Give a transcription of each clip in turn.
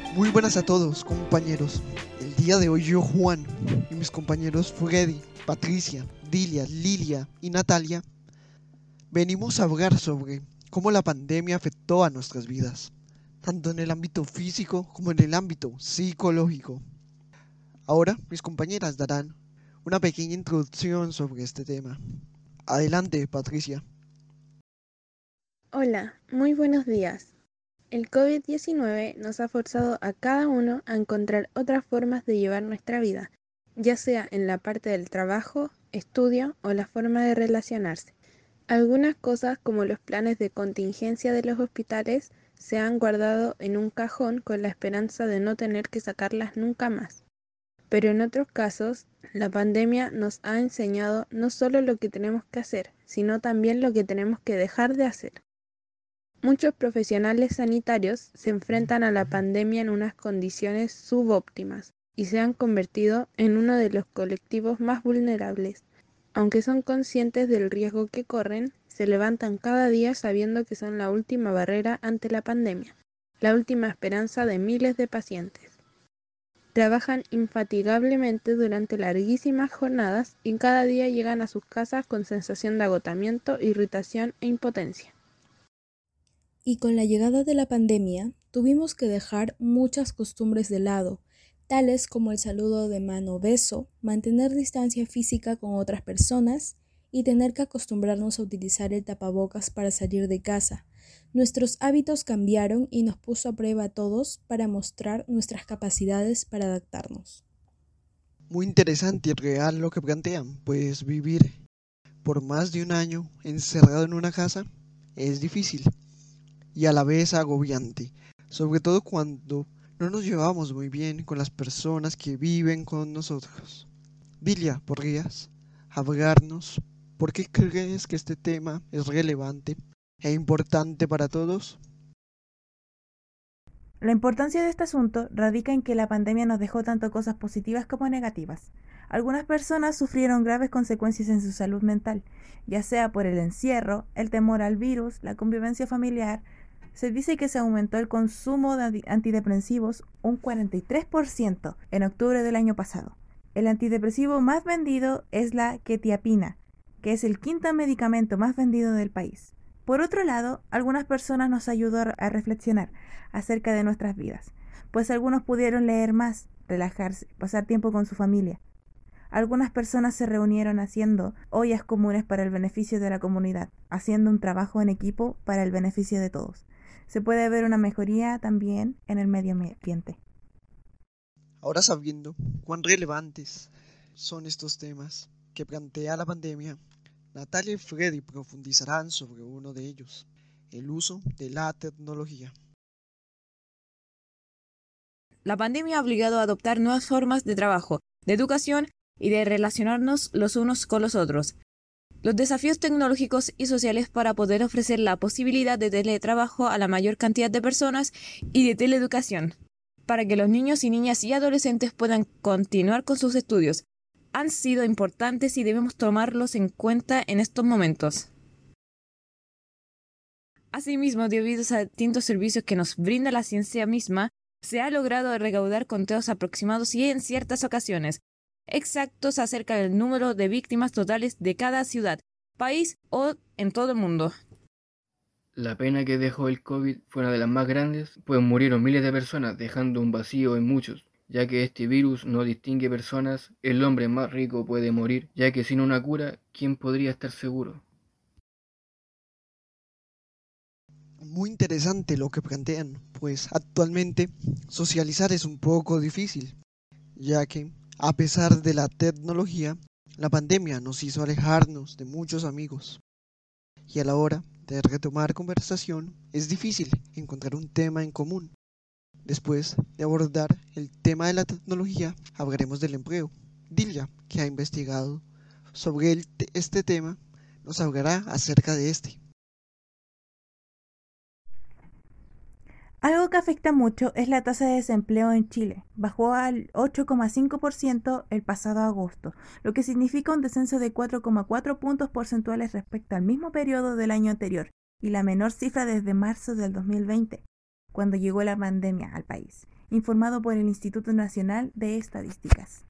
Muy buenas a todos, compañeros. El día de hoy yo, Juan, y mis compañeros Freddy, Patricia, Dilia, Lilia y Natalia, venimos a hablar sobre cómo la pandemia afectó a nuestras vidas, tanto en el ámbito físico como en el ámbito psicológico. Ahora mis compañeras darán una pequeña introducción sobre este tema. Adelante, Patricia. Hola, muy buenos días. El COVID-19 nos ha forzado a cada uno a encontrar otras formas de llevar nuestra vida, ya sea en la parte del trabajo, estudio o la forma de relacionarse. Algunas cosas, como los planes de contingencia de los hospitales, se han guardado en un cajón con la esperanza de no tener que sacarlas nunca más. Pero en otros casos, la pandemia nos ha enseñado no solo lo que tenemos que hacer, sino también lo que tenemos que dejar de hacer. Muchos profesionales sanitarios se enfrentan a la pandemia en unas condiciones subóptimas y se han convertido en uno de los colectivos más vulnerables. Aunque son conscientes del riesgo que corren, se levantan cada día sabiendo que son la última barrera ante la pandemia, la última esperanza de miles de pacientes. Trabajan infatigablemente durante larguísimas jornadas y cada día llegan a sus casas con sensación de agotamiento, irritación e impotencia. Y con la llegada de la pandemia, tuvimos que dejar muchas costumbres de lado, tales como el saludo de mano o beso, mantener distancia física con otras personas y tener que acostumbrarnos a utilizar el tapabocas para salir de casa. Nuestros hábitos cambiaron y nos puso a prueba a todos para mostrar nuestras capacidades para adaptarnos. Muy interesante y real lo que plantean, pues vivir por más de un año encerrado en una casa es difícil y a la vez agobiante, sobre todo cuando no nos llevamos muy bien con las personas que viven con nosotros. Dilia, ¿podrías hablarnos por qué crees que este tema es relevante e importante para todos? La importancia de este asunto radica en que la pandemia nos dejó tanto cosas positivas como negativas. Algunas personas sufrieron graves consecuencias en su salud mental, ya sea por el encierro, el temor al virus, la convivencia familiar. Se dice que se aumentó el consumo de antidepresivos un 43% en octubre del año pasado. El antidepresivo más vendido es la quetiapina, que es el quinto medicamento más vendido del país. Por otro lado, algunas personas nos ayudó a reflexionar acerca de nuestras vidas, pues algunos pudieron leer más, relajarse, pasar tiempo con su familia. Algunas personas se reunieron haciendo ollas comunes para el beneficio de la comunidad, haciendo un trabajo en equipo para el beneficio de todos. Se puede ver una mejoría también en el medio ambiente. Ahora sabiendo cuán relevantes son estos temas que plantea la pandemia, Natalia y Freddy profundizarán sobre uno de ellos, el uso de la tecnología. La pandemia ha obligado a adoptar nuevas formas de trabajo, de educación y de relacionarnos los unos con los otros. Los desafíos tecnológicos y sociales para poder ofrecer la posibilidad de teletrabajo a la mayor cantidad de personas y de teleeducación, para que los niños y niñas y adolescentes puedan continuar con sus estudios, han sido importantes y debemos tomarlos en cuenta en estos momentos. Asimismo, debido a distintos servicios que nos brinda la ciencia misma, se ha logrado recaudar conteos aproximados y en ciertas ocasiones exactos acerca del número de víctimas totales de cada ciudad, país o en todo el mundo. La pena que dejó el COVID fue una de las más grandes, pues murieron miles de personas, dejando un vacío en muchos, ya que este virus no distingue personas. El hombre más rico puede morir, ya que sin una cura, ¿quién podría estar seguro? Muy interesante lo que plantean, pues actualmente socializar es un poco difícil, ya que a pesar de la tecnología, la pandemia nos hizo alejarnos de muchos amigos y a la hora de retomar conversación es difícil encontrar un tema en común. Después de abordar el tema de la tecnología, hablaremos del empleo. Dilia, que ha investigado sobre este tema, nos hablará acerca de este. Algo que afecta mucho es la tasa de desempleo en Chile. Bajó al 8,5% el pasado agosto, lo que significa un descenso de 4,4 puntos porcentuales respecto al mismo periodo del año anterior y la menor cifra desde marzo del 2020. cuando llegó la pandemia al país, informado por el Instituto Nacional de Estadísticas.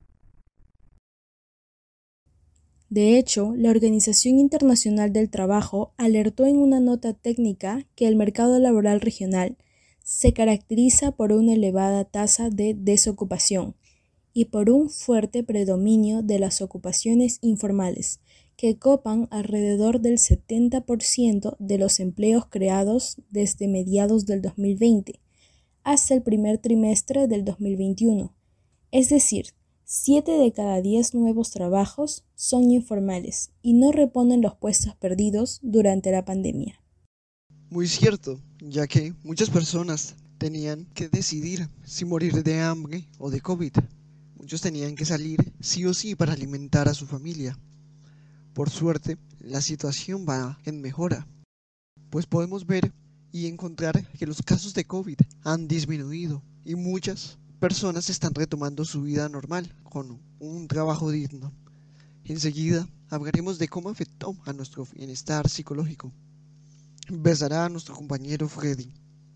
De hecho, la Organización Internacional del Trabajo alertó en una nota técnica que el mercado laboral regional se caracteriza por una elevada tasa de desocupación y por un fuerte predominio de las ocupaciones informales, que copan alrededor del 70% de los empleos creados desde mediados del 2020 hasta el primer trimestre del 2021. Es decir, 7 de cada 10 nuevos trabajos son informales y no reponen los puestos perdidos durante la pandemia. Muy cierto, ya que muchas personas tenían que decidir si morir de hambre o de COVID. Muchos tenían que salir sí o sí para alimentar a su familia. Por suerte, la situación va en mejora, pues podemos ver y encontrar que los casos de COVID han disminuido y muchas personas están retomando su vida normal con un trabajo digno. Enseguida hablaremos de cómo afectó a nuestro bienestar psicológico. Empezará a nuestro compañero Freddy.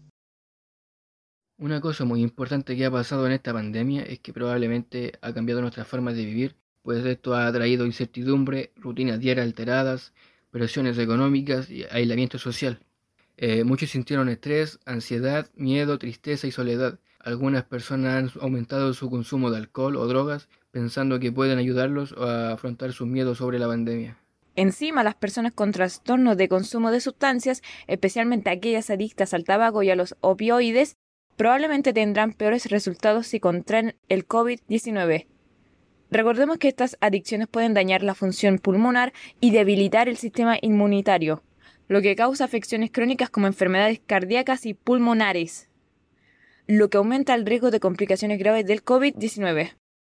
Una cosa muy importante que ha pasado en esta pandemia es que probablemente ha cambiado nuestras formas de vivir, pues esto ha traído incertidumbre, rutinas diarias alteradas, presiones económicas y aislamiento social. Muchos sintieron estrés, ansiedad, miedo, tristeza y soledad. Algunas personas han aumentado su consumo de alcohol o drogas pensando que pueden ayudarlos a afrontar sus miedos sobre la pandemia. Encima, las personas con trastornos de consumo de sustancias, especialmente aquellas adictas al tabaco y a los opioides, probablemente tendrán peores resultados si contraen el COVID-19. Recordemos que estas adicciones pueden dañar la función pulmonar y debilitar el sistema inmunitario, lo que causa afecciones crónicas como enfermedades cardíacas y pulmonares, lo que aumenta el riesgo de complicaciones graves del COVID-19.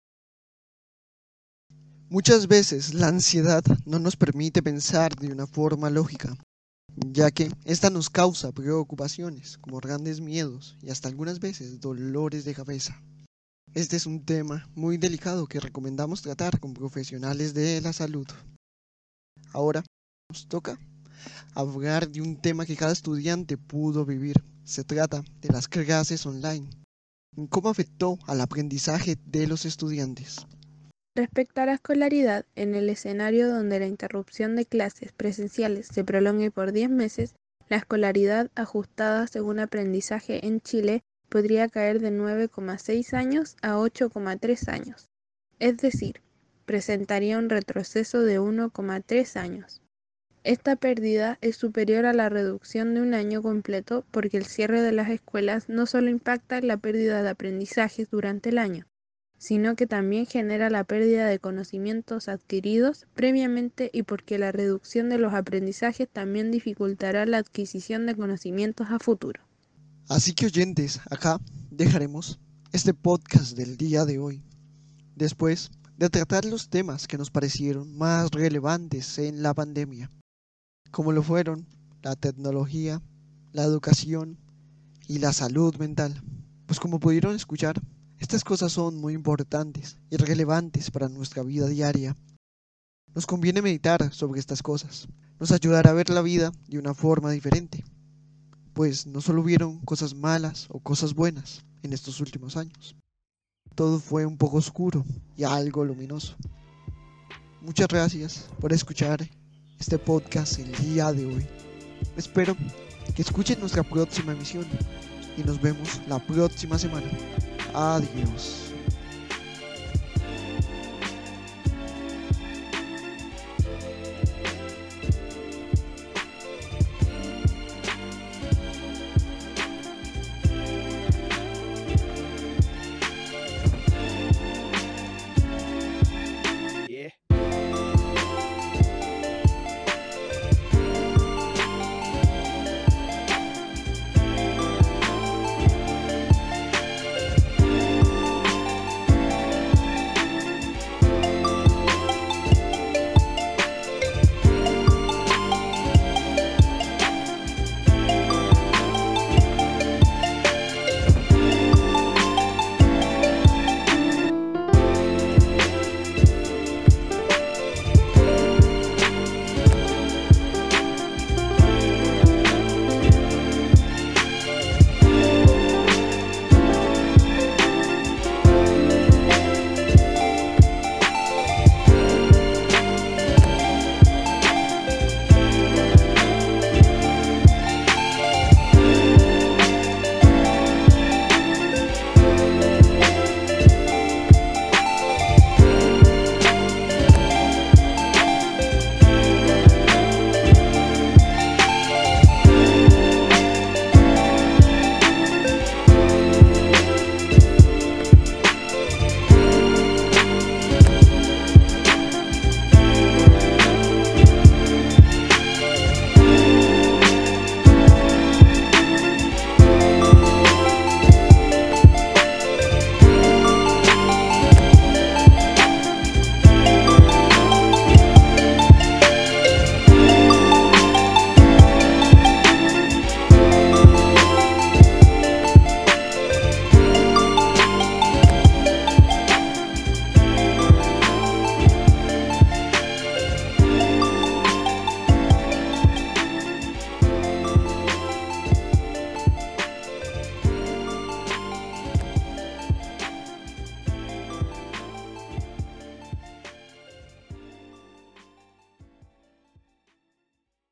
Muchas veces la ansiedad no nos permite pensar de una forma lógica, ya que esta nos causa preocupaciones como grandes miedos y hasta algunas veces dolores de cabeza. Este es un tema muy delicado que recomendamos tratar con profesionales de la salud. Ahora nos toca hablar de un tema que cada estudiante pudo vivir. Se trata de las clases online. ¿Cómo afectó al aprendizaje de los estudiantes? Respecto a la escolaridad, en el escenario donde la interrupción de clases presenciales se prolongue por 10 meses, la escolaridad ajustada según aprendizaje en Chile podría caer de 9,6 años a 8,3 años. Es decir, presentaría un retroceso de 1,3 años. Esta pérdida es superior a la reducción de un año completo porque el cierre de las escuelas no solo impacta en la pérdida de aprendizajes durante el año, sino que también genera la pérdida de conocimientos adquiridos previamente y porque la reducción de los aprendizajes también dificultará la adquisición de conocimientos a futuro. Así que oyentes, acá dejaremos este podcast del día de hoy, después de tratar los temas que nos parecieron más relevantes en la pandemia, como lo fueron la tecnología, la educación y la salud mental. Pues como pudieron escuchar, estas cosas son muy importantes y relevantes para nuestra vida diaria. Nos conviene meditar sobre estas cosas. Nos ayudará a ver la vida de una forma diferente, pues no solo hubieron cosas malas o cosas buenas en estos últimos años. Todo fue un poco oscuro y algo luminoso. Muchas gracias por escuchar este podcast el día de hoy. Espero que escuchen nuestra próxima emisión y nos vemos la próxima semana. Adiós.